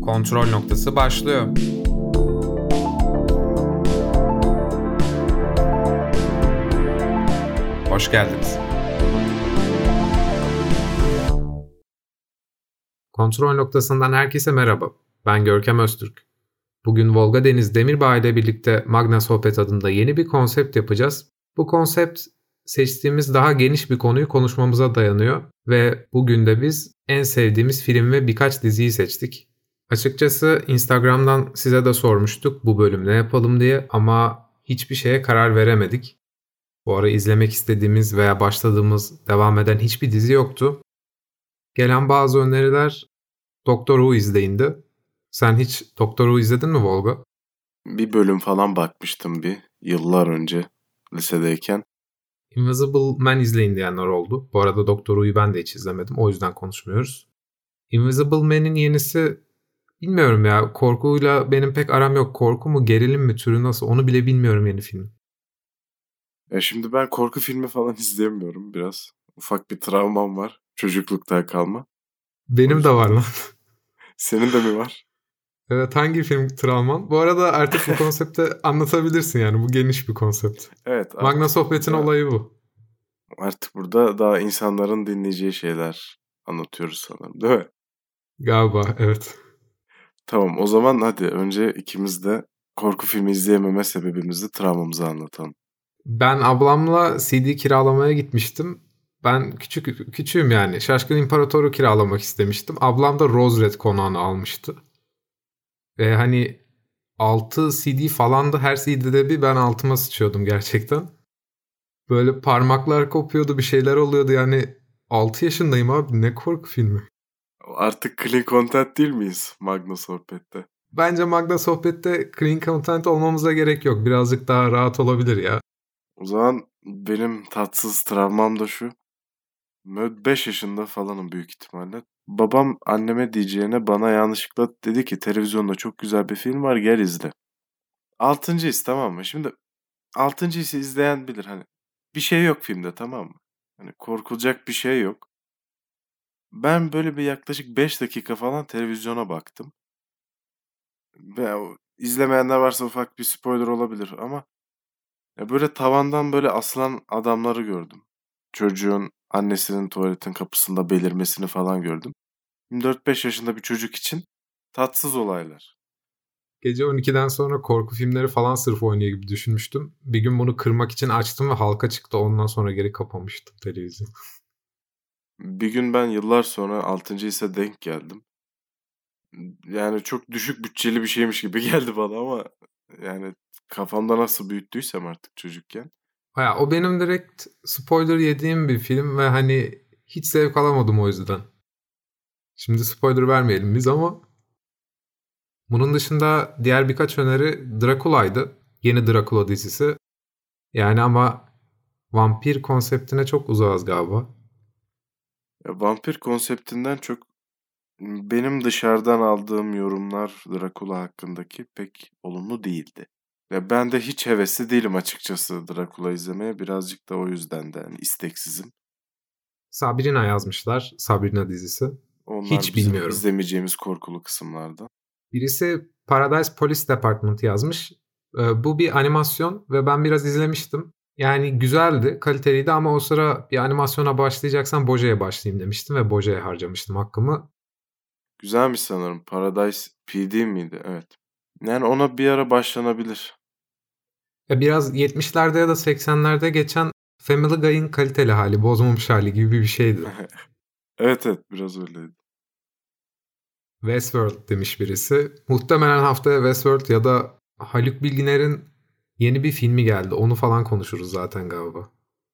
Kontrol noktası başlıyor. Hoş geldiniz. Kontrol noktasından herkese merhaba. Ben Görkem Öztürk. Bugün Volga Deniz Demirbağ ile birlikte Magna Sohbet adında yeni bir konsept yapacağız. Bu konsept seçtiğimiz daha geniş bir konuyu konuşmamıza dayanıyor ve bugün de biz en sevdiğimiz film ve birkaç diziyi seçtik. Açıkçası Instagram'dan size de sormuştuk bu bölüm ne yapalım diye ama hiçbir şeye karar veremedik. Bu ara izlemek istediğimiz veya başladığımız, devam eden hiçbir dizi yoktu. Gelen bazı öneriler Doctor Who izleyindi. Sen hiç Doctor Who izledin mi Volga? Bir bölüm falan bakmıştım yıllar önce lisedeyken. Invisible Man izleyin diyenler oldu. Bu arada Doctor Who'yu ben de hiç izlemedim. O yüzden konuşmuyoruz. Invisible Man'in yenisi bilmiyorum ya. Korkuyla benim pek aram yok. Korku mu gerilim mi türü nasıl onu bile bilmiyorum yeni film. Şimdi ben korku filmi falan izleyemiyorum biraz. Ufak bir travmam var. Çocukluktan kalma. Benim de var lan. Senin de mi var? Evet, hangi film travman? Bu arada artık bu konsepti anlatabilirsin yani. Bu geniş bir konsept. Evet. Magna Sohbet'in olayı bu. Artık burada daha insanların dinleyeceği şeyler anlatıyoruz sanırım, değil mi? Galiba evet. Tamam, o zaman hadi önce ikimiz de korku filmi izleyememe sebebimizi, travmamızı anlatalım. Ben ablamla CD kiralamaya gitmiştim. Ben küçüğüm yani. Şaşkın İmparator'u kiralamak istemiştim. Ablam da Rose Red konağını almıştı. Ve hani 6 CD falandı. Her CD'de bir ben altıma sıçıyordum gerçekten. Böyle parmaklar kopuyordu, bir şeyler oluyordu yani. 6 yaşındayım abi, ne korku filmi. Artık clean content değil miyiz Magna Sohbet'te? Bence Magna Sohbet'te clean content olmamıza gerek yok. Birazcık daha rahat olabilir ya. O zaman benim tatsız travmam da şu. 5 yaşında falanım büyük ihtimalle. Babam anneme diyeceğine bana yanlışlıkla dedi ki televizyonda çok güzel bir film var, gel izle. 6. his, tamam mı? Şimdi 6. hissi izleyen bilir, hani bir şey yok filmde, tamam mı? Hani korkulacak bir şey yok. Ben böyle bir yaklaşık 5 dakika falan televizyona baktım. Ve izlemeyenler varsa ufak bir spoiler olabilir ama ya böyle tavandan böyle asılan adamları gördüm. Çocuğun annesinin tuvaletin kapısında belirmesini falan gördüm. 4-5 yaşında bir çocuk için tatsız olaylar. Gece 12'den sonra korku filmleri falan sırf oynuyor gibi düşünmüştüm. Bir gün bunu kırmak için açtım ve halka çıktı. Ondan sonra geri kapamıştım televizyonu. Bir gün ben yıllar sonra 6. hisse denk geldim. Yani çok düşük bütçeli bir şeymiş gibi geldi bana ama yani kafamda nasıl büyüttüysem artık çocukken. Ya, o benim direkt spoiler yediğim bir film ve hani hiç zevk alamadım o yüzden. Şimdi spoiler vermeyelim biz ama bunun dışında diğer birkaç öneri Dracula'ydı. Yeni Dracula dizisi. Yani ama vampir konseptine çok uzağız galiba. Ya, vampir konseptinden çok benim dışarıdan aldığım yorumlar Dracula hakkındaki pek olumlu değildi. Ya ben de hiç hevesli değilim açıkçası Dracula izlemeye. Birazcık da o yüzden de hani isteksizim. Sabrina yazmışlar. Sabrina dizisi. Onlar Hiç bizim bilmiyorum. izlemeyeceğimiz korkulu kısımlardan. Birisi Paradise Police Department yazmış. Bu bir animasyon ve ben biraz izlemiştim. Yani güzeldi, kaliteliydi ama o sıra bir animasyona başlayacaksan Bojack'a başlayayım demiştim ve Bojack'a harcamıştım hakkımı. Güzelmiş sanırım. Paradise PD miydi? Evet. Yani ona bir ara başlanabilir. Biraz 70'lerde ya da 80'lerde geçen Family Guy'ın kaliteli hali, bozmamış hali gibi bir şeydi. Evet, evet, biraz öyleydi. Westworld demiş birisi. Muhtemelen haftaya Westworld ya da Haluk Bilginer'in yeni bir filmi geldi. Onu falan konuşuruz zaten galiba.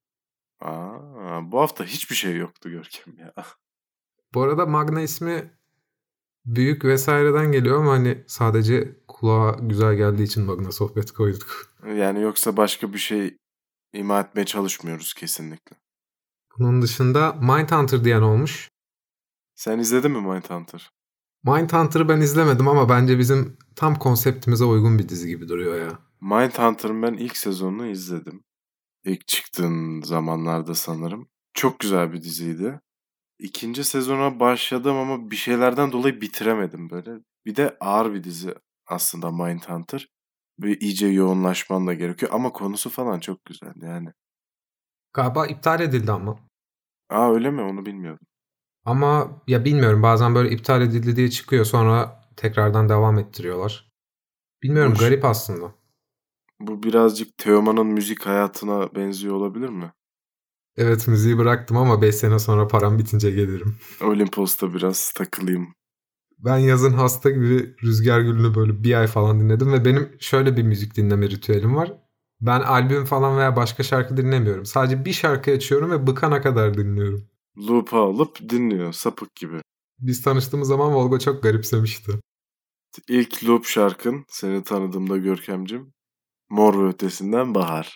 Bu hafta hiçbir şey yoktu Görkem ya. Bu arada Magna ismi büyük vesaireden geliyor ama hani sadece kulağa güzel geldiği için Magna Sohbet koyduk. Yani yoksa başka bir şey ima etmeye çalışmıyoruz kesinlikle. Bunun dışında Mindhunter diyen olmuş. Sen izledin mi Mindhunter? Mindhunter'ı ben izlemedim ama bence bizim tam konseptimize uygun bir dizi gibi duruyor ya. Mindhunter'ın ben ilk sezonunu izledim. İlk çıktığın zamanlarda sanırım. Çok güzel bir diziydi. İkinci sezona başladım ama bir şeylerden dolayı bitiremedim böyle. Bir de ağır bir dizi aslında Mindhunter. Bir iyice yoğunlaşman da gerekiyor ama konusu falan çok güzel yani. Galiba iptal edildi ama. Öyle mi? Onu bilmiyordum. Ama ya bilmiyorum, bazen böyle iptal edildi diye çıkıyor, sonra tekrardan devam ettiriyorlar. Bilmiyorum, Bu, garip aslında. bu birazcık Teoman'ın müzik hayatına benziyor olabilir mi? Evet, müziği bıraktım ama 5 sene sonra param bitince gelirim. Olimpos'ta biraz takılayım. Ben yazın hasta gibi Rüzgar Gül'ünü böyle bir ay falan dinledim ve benim şöyle bir müzik dinleme ritüelim var. Ben albüm falan veya başka şarkı dinlemiyorum. Sadece bir şarkı açıyorum ve bıkana kadar dinliyorum. Loop'a alıp dinliyor sapık gibi. Biz tanıştığımız zaman Volga çok garipsemişti. İlk Loop şarkın seni tanıdığımda Görkemcim Mor ve Ötesi'nden Bahar.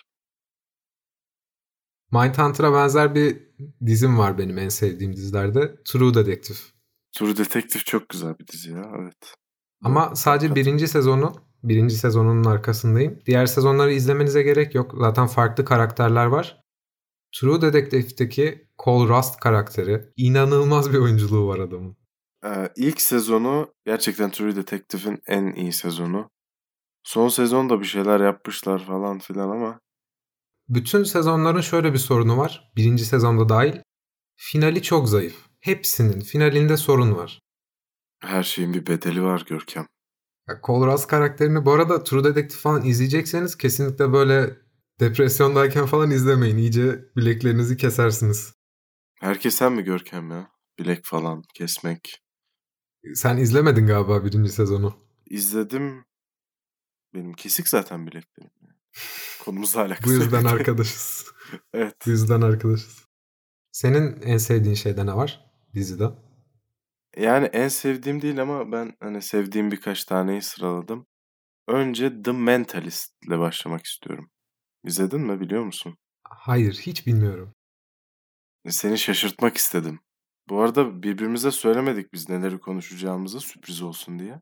Mindhunter'a benzer bir dizim var benim en sevdiğim dizilerde. True Detective. True Detective çok güzel bir dizi ya, evet. Ama sadece birinci sezonunun arkasındayım. Diğer sezonları izlemenize gerek yok. Zaten farklı karakterler var. True Detective'deki Cole Rust karakteri, inanılmaz bir oyunculuğu var adamın. İlk sezonu gerçekten True Detective'in en iyi sezonu. Son sezonda bir şeyler yapmışlar falan filan ama Bütün sezonların şöyle bir sorunu var. Birinci sezonda dahil. Finali çok zayıf. Hepsinin finalinde sorun var. her şeyin bir bedeli var Görkem. Ya Cole Rust karakterini bu arada True Detective falan izleyecekseniz kesinlikle böyle depresyondayken falan izlemeyin. İyice bileklerinizi kesersiniz. Herkes sen mi Görkem ya? Bilek falan kesmek. Sen izlemedin galiba birinci sezonu. İzledim. Benim kesik zaten bileklerim. Konumuzla Bu alakası yok. yüzden arkadaşız. Evet. Bu yüzden arkadaşız. Senin en sevdiğin şeyde ne var dizide? Yani en sevdiğim değil ama ben hani sevdiğim birkaç taneyi sıraladım. Önce The Mentalist ile başlamak istiyorum. İzledin mi, biliyor musun? Hayır, hiç bilmiyorum. Seni şaşırtmak istedim. Bu arada birbirimize söylemedik biz neleri konuşacağımızı, sürpriz olsun diye.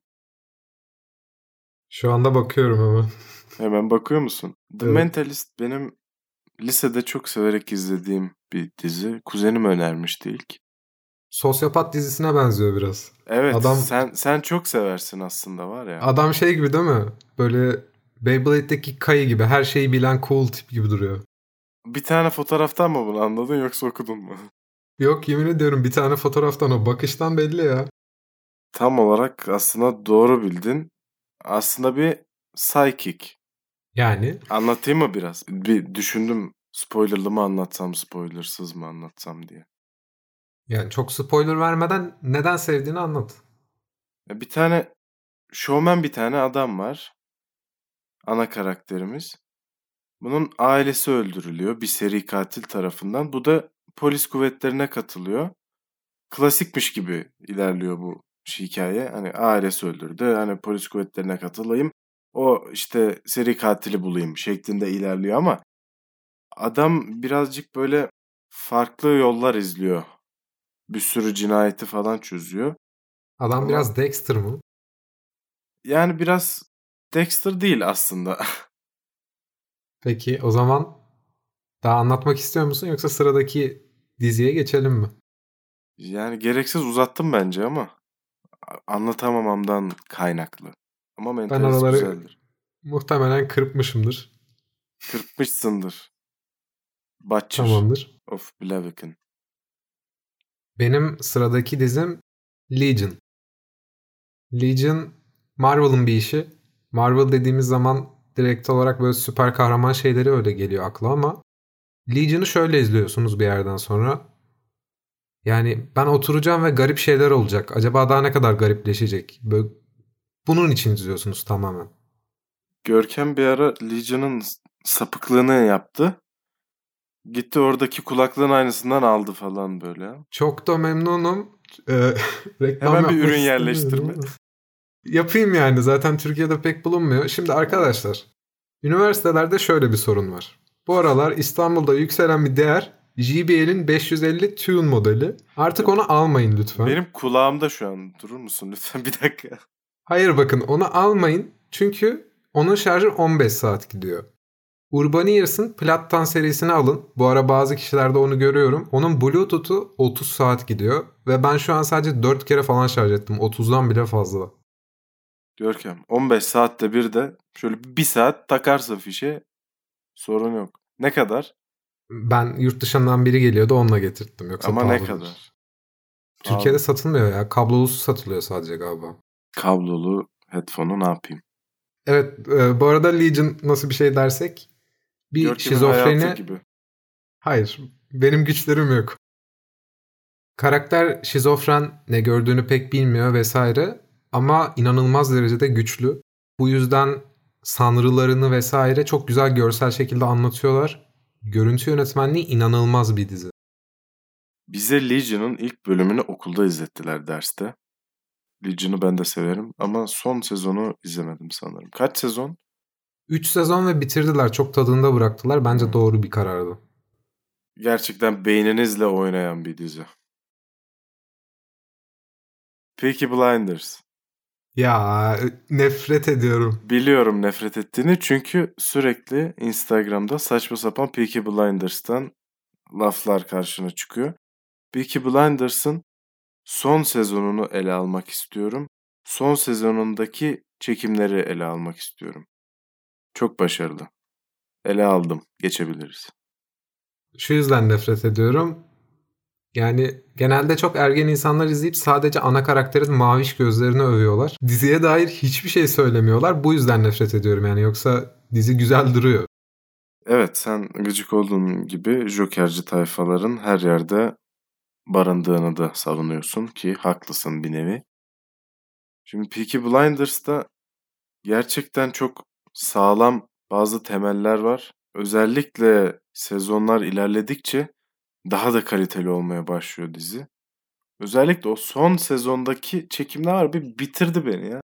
Şu anda bakıyorum ama. Hemen bakıyor musun? The Evet. Mentalist benim lisede çok severek izlediğim bir dizi. Kuzenim önermişti ilk. Sosyopat dizisine benziyor biraz. Evet, Adam sen çok seversin aslında var ya. adam şey gibi değil mi? Böyle Beyblade'deki Kai gibi, her şeyi bilen cool tip gibi duruyor. Bir tane fotoğraftan mı bunu anladın yoksa okudun mu? Yok, yemin ediyorum bir tane fotoğraftan, o bakıştan belli ya. Tam olarak aslında doğru bildin. Aslında bir psychic. Yani Anlatayım mı biraz? Bir düşündüm, spoilerlı mı anlatsam, spoilersız mı anlatsam diye. çok spoiler vermeden neden sevdiğini anlat. Bir tane şovmen bir tane adam var. Ana karakterimiz. Bunun ailesi öldürülüyor bir seri katil tarafından. Bu da polis kuvvetlerine katılıyor. Klasikmiş gibi ilerliyor bu hikaye. Hani ailesi öldürdü. Hani polis kuvvetlerine katılayım. O işte seri katili bulayım şeklinde ilerliyor ama adam birazcık böyle farklı yollar izliyor. Bir sürü cinayeti falan çözüyor. Adam Ama biraz Dexter mı? yani biraz Dexter değil aslında. Peki o zaman daha anlatmak istiyor musun, yoksa sıradaki diziye geçelim mi? Yani gereksiz uzattım bence ama anlatamamamdan kaynaklı. Ama Ben Mentalist oraları güzeldir. muhtemelen kırpmışımdır. Kırpmışsındır. Butcher Tamamdır. of Blaviken. Benim sıradaki dizim Legion. Legion Marvel'ın bir işi. Marvel dediğimiz zaman direkt olarak böyle süper kahraman şeyleri öyle geliyor akla ama Legion'ı şöyle izliyorsunuz bir yerden sonra. Yani ben oturacağım ve garip şeyler olacak. Acaba daha ne kadar garipleşecek? Böyle, bunun için izliyorsunuz tamamen. Görkem bir ara Legion'ın sapıklığını yaptı. Gitti oradaki kulaklığın aynısından aldı falan böyle. Çok da memnunum. Reklam Hemen bir yapmak ürün istemiyorum yerleştirme. ama. Yapayım yani, zaten Türkiye'de pek bulunmuyor. Şimdi arkadaşlar, üniversitelerde şöyle bir sorun var. Bu aralar İstanbul'da yükselen bir değer JBL'in 550 Tune modeli. Artık onu almayın lütfen. Benim kulağımda şu an. Durur musun lütfen bir dakika. Hayır, bakın, onu almayın. Çünkü onun şarjı 15 saat gidiyor. Urbaneers'ın Plattan serisini alın. Bu ara bazı kişilerde onu görüyorum. Onun Bluetooth'u 30 saat gidiyor. Ve ben şu an sadece 4 kere falan şarj ettim. 30'dan bile fazla. Görkem 15 saatte bir de şöyle bir saat takarsın fişe, sorun yok. Ne kadar? Ben yurt dışından biri geliyordu, onunla getirttim. Yoksa Ama ne pahalıdır. kadar? Türkiye'de Pahalı. satılmıyor ya. Kablolusu satılıyor sadece galiba. Kablolu headphone'u ne yapayım? Evet, bu arada Legion nasıl bir şey dersek, bir Görkem'in hayatı şizofreni... gibi. Hayır, benim güçlerim yok. Karakter şizofren, ne gördüğünü pek bilmiyor vesaire ama inanılmaz derecede güçlü. Bu yüzden sanrılarını vesaire çok güzel görsel şekilde anlatıyorlar. Görüntü yönetmenliği inanılmaz bir dizi. Bize Legion'ın ilk bölümünü okulda izlettiler derste. Legion'ı ben de severim ama son sezonu izlemedim sanırım. Kaç sezon? 3 sezon ve bitirdiler. Çok tadında bıraktılar. Bence doğru bir karardı. Gerçekten beyninizle oynayan bir dizi. Peaky Blinders. Ya nefret ediyorum. Biliyorum nefret ettiğini çünkü sürekli Instagram'da saçma sapan Peaky Blinders'tan laflar karşına çıkıyor. Peaky Blinders'ın son sezonunu ele almak istiyorum. Son sezonundaki çekimleri ele almak istiyorum. Çok başarılı. Ele aldım. Geçebiliriz. Şu yüzden nefret ediyorum. Yani genelde çok ergen insanlar izleyip sadece ana karakterin maviş gözlerini övüyorlar. Diziye dair hiçbir şey söylemiyorlar. Bu yüzden nefret ediyorum yani. Yoksa dizi güzel duruyor. Evet, sen gıcık olduğun gibi Jokerci tayfaların her yerde barındığını da savunuyorsun ki haklısın bir nevi. Şimdi Peaky Blinders'ta gerçekten çok sağlam bazı temeller var. Özellikle sezonlar ilerledikçe daha da kaliteli olmaya başlıyor dizi. Özellikle o son sezondaki çekimler var, bir bitirdi beni ya.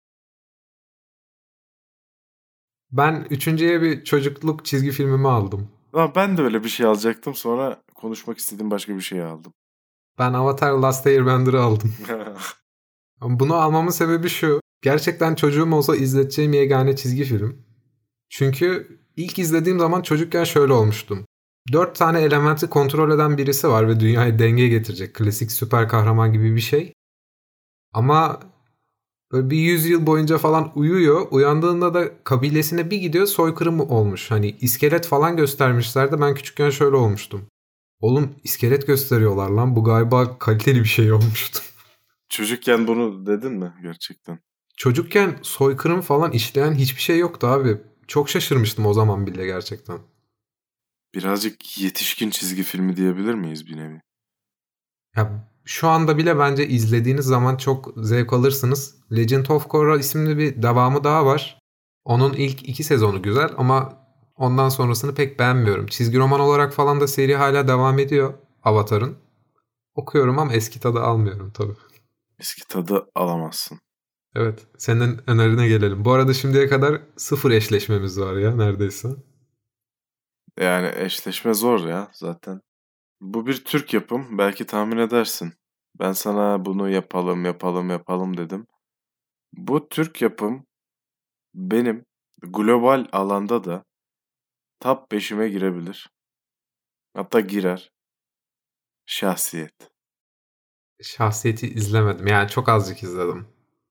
Ben üçüncüye bir çocukluk çizgi filmimi aldım. Ama ben de öyle bir şey alacaktım, sonra konuşmak istediğim başka bir şey aldım. Ben Avatar Last Airbender'ı aldım. Ama bunu almamın sebebi şu. Gerçekten çocuğum olsa izleteceğim yegane çizgi film. Çünkü ilk izlediğim zaman çocukken şöyle olmuştum. 4 tane elementi kontrol eden birisi var ve dünyayı dengeye getirecek. Klasik süper kahraman gibi bir şey. Ama böyle bir 100 yıl boyunca falan uyuyor. Uyandığında da kabilesine bir gidiyor, soykırım olmuş. Hani iskelet falan göstermişlerdi. Ben küçükken şöyle olmuştum. Oğlum iskelet gösteriyorlar lan. Bu galiba kaliteli bir şey olmuştu. Çocukken bunu dedin mi gerçekten? Çocukken soykırım falan işleyen hiçbir şey yoktu abi. Çok şaşırmıştım o zaman bile gerçekten. Birazcık yetişkin çizgi filmi diyebilir miyiz bir nevi? Ya şu anda bile bence izlediğiniz zaman çok zevk alırsınız. Legend of Korra isimli bir devamı daha var. Onun ilk 2 sezonu güzel ama ondan sonrasını pek beğenmiyorum. Çizgi roman olarak falan da seri hala devam ediyor Avatar'ın. Okuyorum ama eski tadı almıyorum tabii. Eski tadı alamazsın. Evet, senin önerine gelelim. Bu arada şimdiye kadar 0 eşleşmemiz var ya neredeyse. Yani eşleşme zor ya zaten. Bu bir Türk yapım, belki tahmin edersin. Ben sana bunu yapalım yapalım yapalım dedim. Bu Türk yapım benim global alanda da top 5'ime girebilir. Hatta girer. Şahsiyet. Şahsiyeti izlemedim. Yani çok azıcık izledim.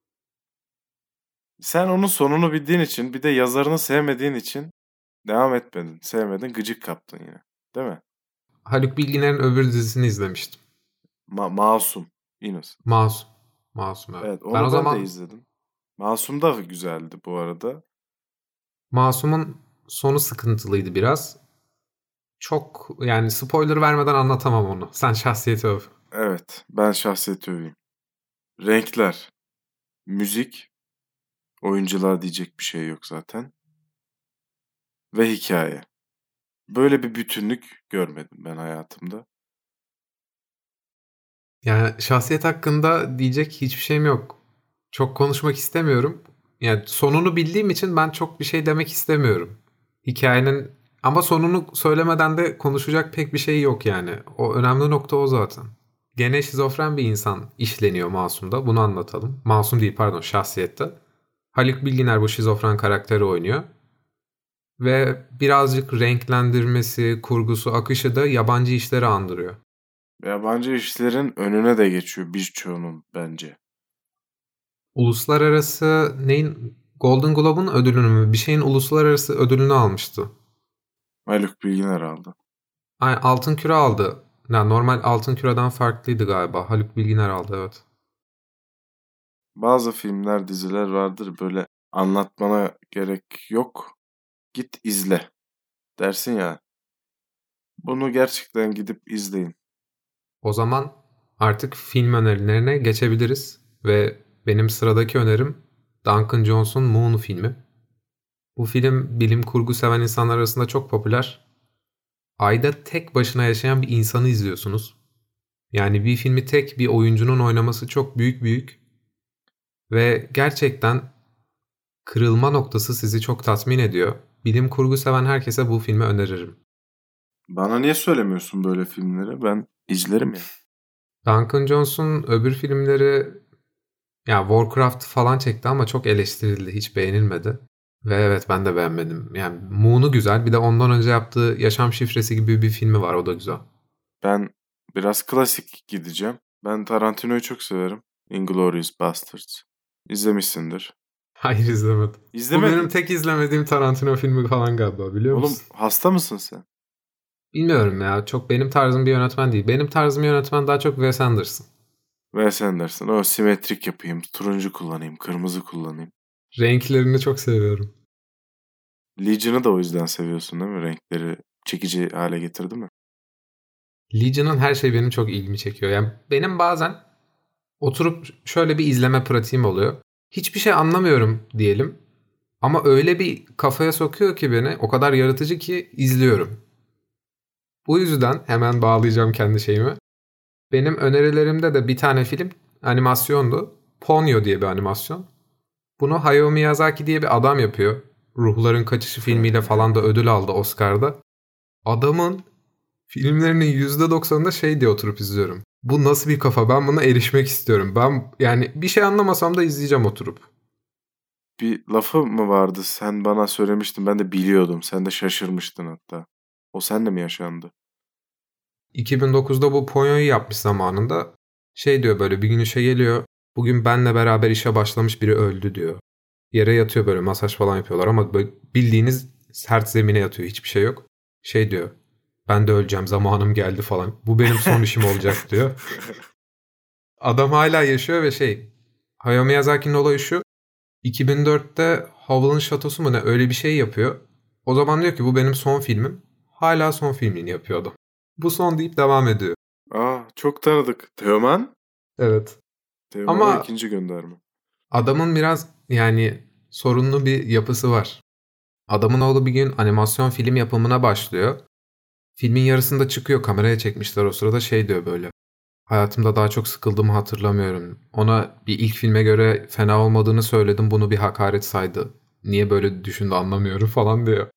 Sen onun sonunu bildiğin için, bir de yazarını sevmediğin için devam etmedin. Sevmedin, gıcık kaptın yine. Değil mi? Haluk Bilginer'in öbür dizisini izlemiştim. Masum. Innocent. Masum. Masum evet. Evet, Ben o onu ben de zaman izledim. Masum da güzeldi bu arada. Masum'un sonu sıkıntılıydı biraz. Çok yani spoiler vermeden anlatamam onu. Sen şahsiyeti öv. Evet, ben şahsiyet öveyim. Renkler, müzik, oyuncular diyecek bir şey yok zaten. Ve hikaye. Böyle bir bütünlük görmedim ben hayatımda. Yani şahsiyet hakkında diyecek hiçbir şeyim yok. Çok konuşmak istemiyorum. Yani sonunu bildiğim için ben çok bir şey demek istemiyorum. Hikayenin ama sonunu söylemeden de konuşacak pek bir şey yok yani. O önemli nokta o zaten. Gene şizofren bir insan işleniyor Masum'da. Bunu anlatalım. Masum değil pardon şahsiyette. Haluk Bilginer bu şizofren karakteri oynuyor. Ve birazcık renklendirmesi, kurgusu, akışı da yabancı işleri andırıyor. Yabancı işlerin önüne de geçiyor birçoğunun bence. Uluslararası neyin Golden Globe'un ödülünü mü? Bir şeyin uluslararası ödülünü almıştı. Haluk Bilginer aldı. Altın Küre aldı. Yani normal Altın Küre'den farklıydı galiba. Haluk Bilginer aldı, evet. Bazı filmler, diziler vardır böyle anlatmana gerek yok. Git izle dersin ya. Bunu gerçekten gidip izleyin. O zaman artık film önerilerine geçebiliriz. Ve benim sıradaki önerim Duncan Jones'un Moon filmi. Bu film bilim kurgu seven insanlar arasında çok popüler. Ayda tek başına yaşayan bir insanı izliyorsunuz. Yani bir filmi tek bir oyuncunun oynaması çok büyük ve gerçekten kırılma noktası sizi çok tatmin ediyor. Bilim kurgu seven herkese bu filmi öneririm. Bana niye söylemiyorsun böyle filmleri? Ben izlerim ya. Duncan Jones'un öbür filmleri ya Warcraft falan çekti ama çok eleştirildi, hiç beğenilmedi. Ve evet, ben de beğenmedim. Yani Moon'u güzel, bir de ondan önce yaptığı Yaşam Şifresi gibi bir filmi var, o da güzel. Ben biraz klasik gideceğim. Ben Tarantino'yu çok severim. Inglourious Basterds. İzlemişsindir. Hayır, izlemedim. Bu benim İzlemedin. tek izlemediğim Tarantino filmi falan galiba, biliyor Oğlum musun? hasta mısın sen? Bilmiyorum ya, çok benim tarzım bir yönetmen değil. Benim tarzım yönetmen daha çok Wes Anderson. Ve sen dersin o simetrik yapayım, turuncu kullanayım, kırmızı kullanayım. Renklerini çok seviyorum. Legion'ı da o yüzden seviyorsun değil mi? Renkleri çekici hale getirdi mi? Legion'ın her şeyi benim çok ilgimi çekiyor. Yani benim bazen oturup şöyle bir izleme pratiğim oluyor. Hiçbir şey anlamıyorum diyelim. Ama öyle bir kafaya sokuyor ki beni, o kadar yaratıcı ki izliyorum. Bu yüzden hemen bağlayacağım kendi şeyimi. Benim önerilerimde de bir tane film animasyondu. Ponyo diye bir animasyon. Bunu Hayao Miyazaki diye bir adam yapıyor. Ruhların Kaçışı filmiyle falan da ödül aldı Oscar'da. Adamın filmlerinin %90'ında şey diye oturup izliyorum. Bu nasıl bir kafa? Ben buna erişmek istiyorum. Ben yani bir şey anlamasam da izleyeceğim oturup. Bir lafı mı vardı? Sen bana söylemiştin. Ben de biliyordum. Sen de şaşırmıştın hatta. O senle mi yaşandı? 2009'da bu Ponyo'yu yapmış zamanında. Şey diyor, böyle bir gün işe geliyor. Bugün benle beraber işe başlamış biri öldü diyor. Yere yatıyor, böyle masaj falan yapıyorlar ama böyle bildiğiniz sert zemine yatıyor. Hiçbir şey yok. Şey diyor. Ben de öleceğim, zamanım geldi falan. Bu benim son işim olacak diyor. Adam hala yaşıyor ve Hayao Miyazaki'nin olayı şu. 2004'te Howl'ın Şatosu mu ne, öyle bir şey yapıyor. O zaman diyor ki bu benim son filmim. Hala son filmini yapıyor adam. Bu son deyip devam ediyor. Aa, çok tanıdık. Teoman? Evet. Teoman'a Ama ikinci gönderme. adamın biraz yani sorunlu bir yapısı var. Adamın oğlu bir gün animasyon film yapımına başlıyor. Filmin yarısında çıkıyor, kameraya çekmişler o sırada, diyor böyle. Hayatımda daha çok sıkıldığımı hatırlamıyorum. Ona bir ilk filme göre fena olmadığını söyledim, bunu bir hakaret saydı. Niye böyle düşündü anlamıyorum falan diyor.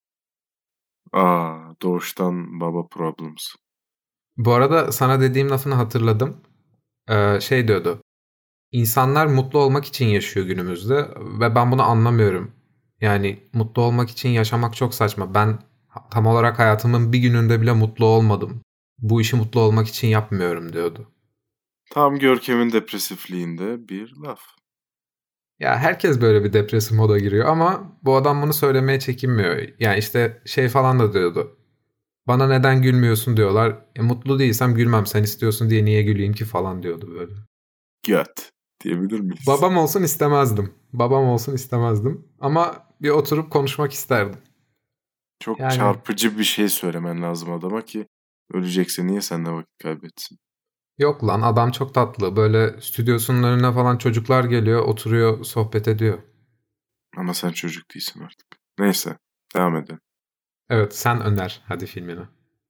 Aa, doğuştan baba problems. Bu arada sana dediğim lafını hatırladım. Diyordu. İnsanlar mutlu olmak için yaşıyor günümüzde ve ben bunu anlamıyorum. Yani mutlu olmak için yaşamak çok saçma. Ben tam olarak hayatımın bir gününde bile mutlu olmadım. Bu işi mutlu olmak için yapmıyorum diyordu. Tam Görkem'in depresifliğinde bir laf. Ya herkes böyle bir depresif moda giriyor ama bu adam bunu söylemeye çekinmiyor. Yani işte falan da diyordu. Bana neden gülmüyorsun diyorlar. Mutlu değilsem gülmem, sen istiyorsun diye niye güleyim ki falan diyordu böyle. Göt diyebilir miyiz? Babam olsun istemezdim. Babam olsun istemezdim. Ama bir oturup konuşmak isterdim. Çok Yani çarpıcı bir şey söylemen lazım adama ki ölecekse niye seninle vakit kaybetsin? yok lan, adam çok tatlı. Böyle stüdyosunun önüne falan çocuklar geliyor, oturuyor, sohbet ediyor. Ama sen çocuk değilsin artık. Neyse, devam edelim. Evet, sen öner hadi filmini.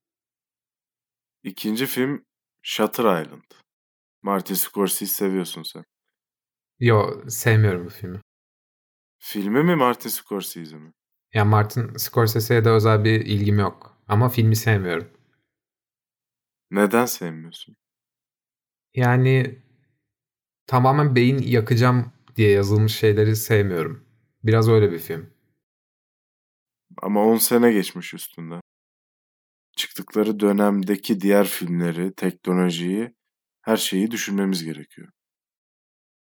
İkinci film Shutter Island. Martin Scorsese'yi seviyorsun sen. Yo, sevmiyorum bu filmi. Filmi mi Martin Scorsese mi? Yani Martin Scorsese'ye de özel bir ilgim yok. Ama filmi sevmiyorum. Neden sevmiyorsun? Yani tamamen beyin yakacağım diye yazılmış şeyleri sevmiyorum. Biraz öyle bir film. Ama 10 sene geçmiş üstünden. Çıktıkları dönemdeki diğer filmleri, teknolojiyi, her şeyi düşünmemiz gerekiyor.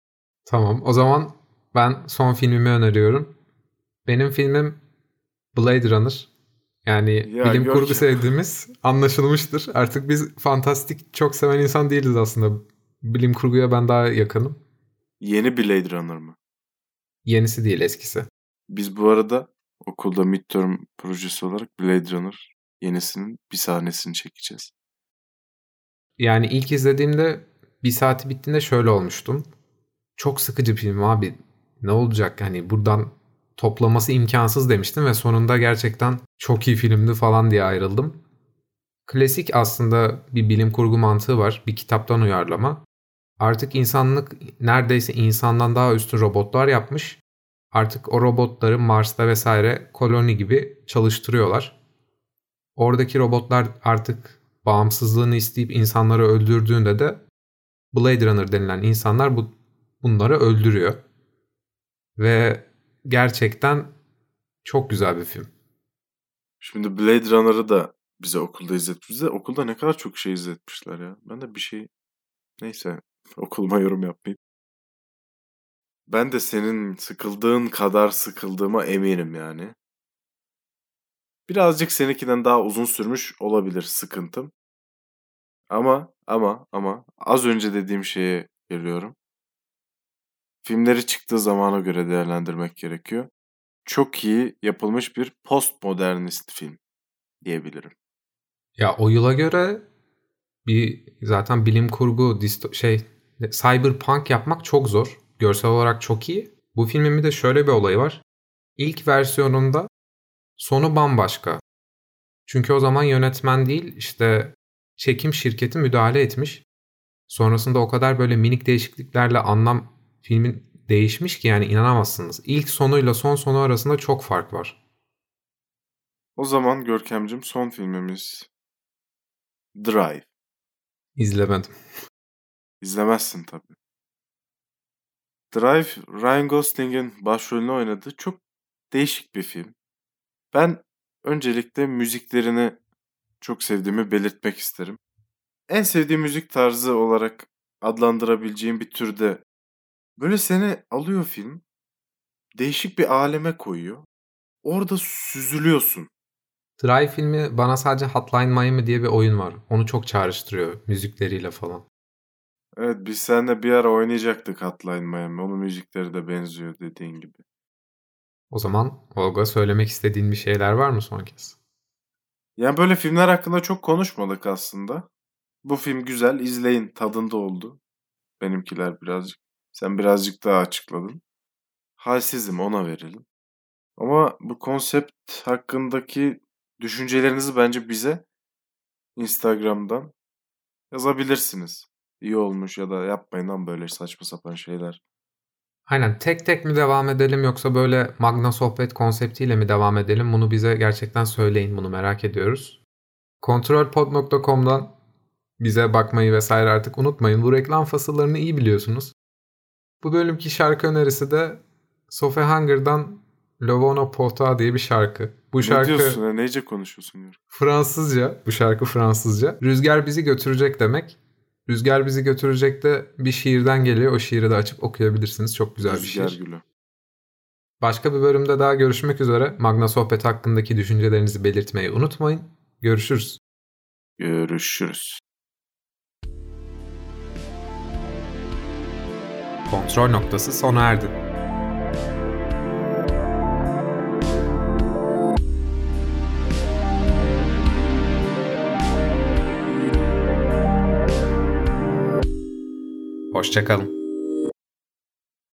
Tamam, o zaman ben son filmimi öneriyorum. Benim filmim Blade Runner. Yani Ya bilim kurgu Görkem. sevdiğimiz anlaşılmıştır. Artık biz fantastik çok seven insan değiliz aslında. Bilim kurguya ben daha yakınım. Yeni Blade Runner mı? Yenisi değil, eskisi. Biz bu arada okulda midterm projesi olarak Blade Runner yenisinin bir sahnesini çekeceğiz. Yani ilk izlediğimde bir saati bittiğinde şöyle olmuştum. Çok sıkıcı film abi. Ne olacak? Hani buradan toplaması imkansız demiştim ve sonunda gerçekten çok iyi filmdi falan diye ayrıldım. Klasik aslında bir bilim kurgu mantığı var. Bir kitaptan uyarlama. Artık insanlık neredeyse insandan daha üstün robotlar yapmış. Artık o robotları Mars'ta vesaire koloni gibi çalıştırıyorlar. Oradaki robotlar artık bağımsızlığını isteyip insanları öldürdüğünde de Blade Runner denilen insanlar bunları öldürüyor. Ve gerçekten çok güzel bir film. Şimdi Blade Runner'ı da bize okulda izletmişler. Bize okulda ne kadar çok şey izletmişler ya. Ben de bir şey... Neyse, okuluma yorum yapmayayım. Ben de senin sıkıldığın kadar sıkıldığıma eminim yani. Birazcık seninkinden daha uzun sürmüş olabilir sıkıntım. Ama az önce dediğim şeye geliyorum. Filmleri çıktığı zamana göre değerlendirmek gerekiyor. Çok iyi yapılmış bir postmodernist film diyebilirim. Ya o yıla göre bir zaten bilim kurgu cyberpunk yapmak çok zor. Görsel olarak çok iyi. Bu filmin bir de şöyle bir olayı var. İlk versiyonunda sonu bambaşka. Çünkü o zaman yönetmen değil işte çekim şirketi müdahale etmiş. Sonrasında o kadar böyle minik değişikliklerle anlam filmin değişmiş ki yani inanamazsınız. İlk sonuyla son sonu arasında çok fark var. O zaman Görkemcim son filmimiz Drive. İzlemedim. İzlemezsin tabii. Drive, Ryan Gosling'in başrolünü oynadığı çok değişik bir film. Ben öncelikle müziklerini çok sevdiğimi belirtmek isterim. En sevdiğim müzik tarzı olarak adlandırabileceğim bir türde böyle seni alıyor film, değişik bir aleme koyuyor. Orada süzülüyorsun. Drive filmi bana sadece Hotline Miami diye bir oyun var. Onu çok çağrıştırıyor müzikleriyle falan. Evet, biz seninle bir ara oynayacaktık Hotline Miami. Onun müzikleri de benziyor dediğin gibi. O zaman Olga söylemek istediğin bir şeyler var mı son kez? Yani böyle filmler hakkında çok konuşmadık aslında. Bu film güzel, izleyin tadında oldu. Benimkiler birazcık. Sen birazcık daha açıkladın. Halsizim, ona verelim. Ama bu konsept hakkındaki düşüncelerinizi bence bize Instagram'dan yazabilirsiniz. İyi olmuş ya da yapmayın lan böyle saçma sapan şeyler. Aynen, tek tek mi devam edelim yoksa böyle Magna Sohbet konseptiyle mi devam edelim? Bunu bize gerçekten söyleyin, bunu merak ediyoruz. Kontrolpod.com'dan bize bakmayı vesaire artık unutmayın. Bu reklam fasıllarını iyi biliyorsunuz. Bu bölümki şarkı önerisi de Sophie Hunger'dan Lovono Pota diye bir şarkı. Bu Ne şarkı diyorsun ya? Neyce konuşuyorsun ya? Fransızca. Bu şarkı Fransızca. Rüzgar bizi götürecek demek. Rüzgar bizi götürecek de bir şiirden geliyor. O şiiri de açıp okuyabilirsiniz. Çok güzel bir Rüzgar şiir. gülü. Başka bir bölümde daha görüşmek üzere. Magna Sohbet hakkındaki düşüncelerinizi belirtmeyi unutmayın. Görüşürüz. Görüşürüz. Kontrol noktası sona erdi. Hoşça kalın.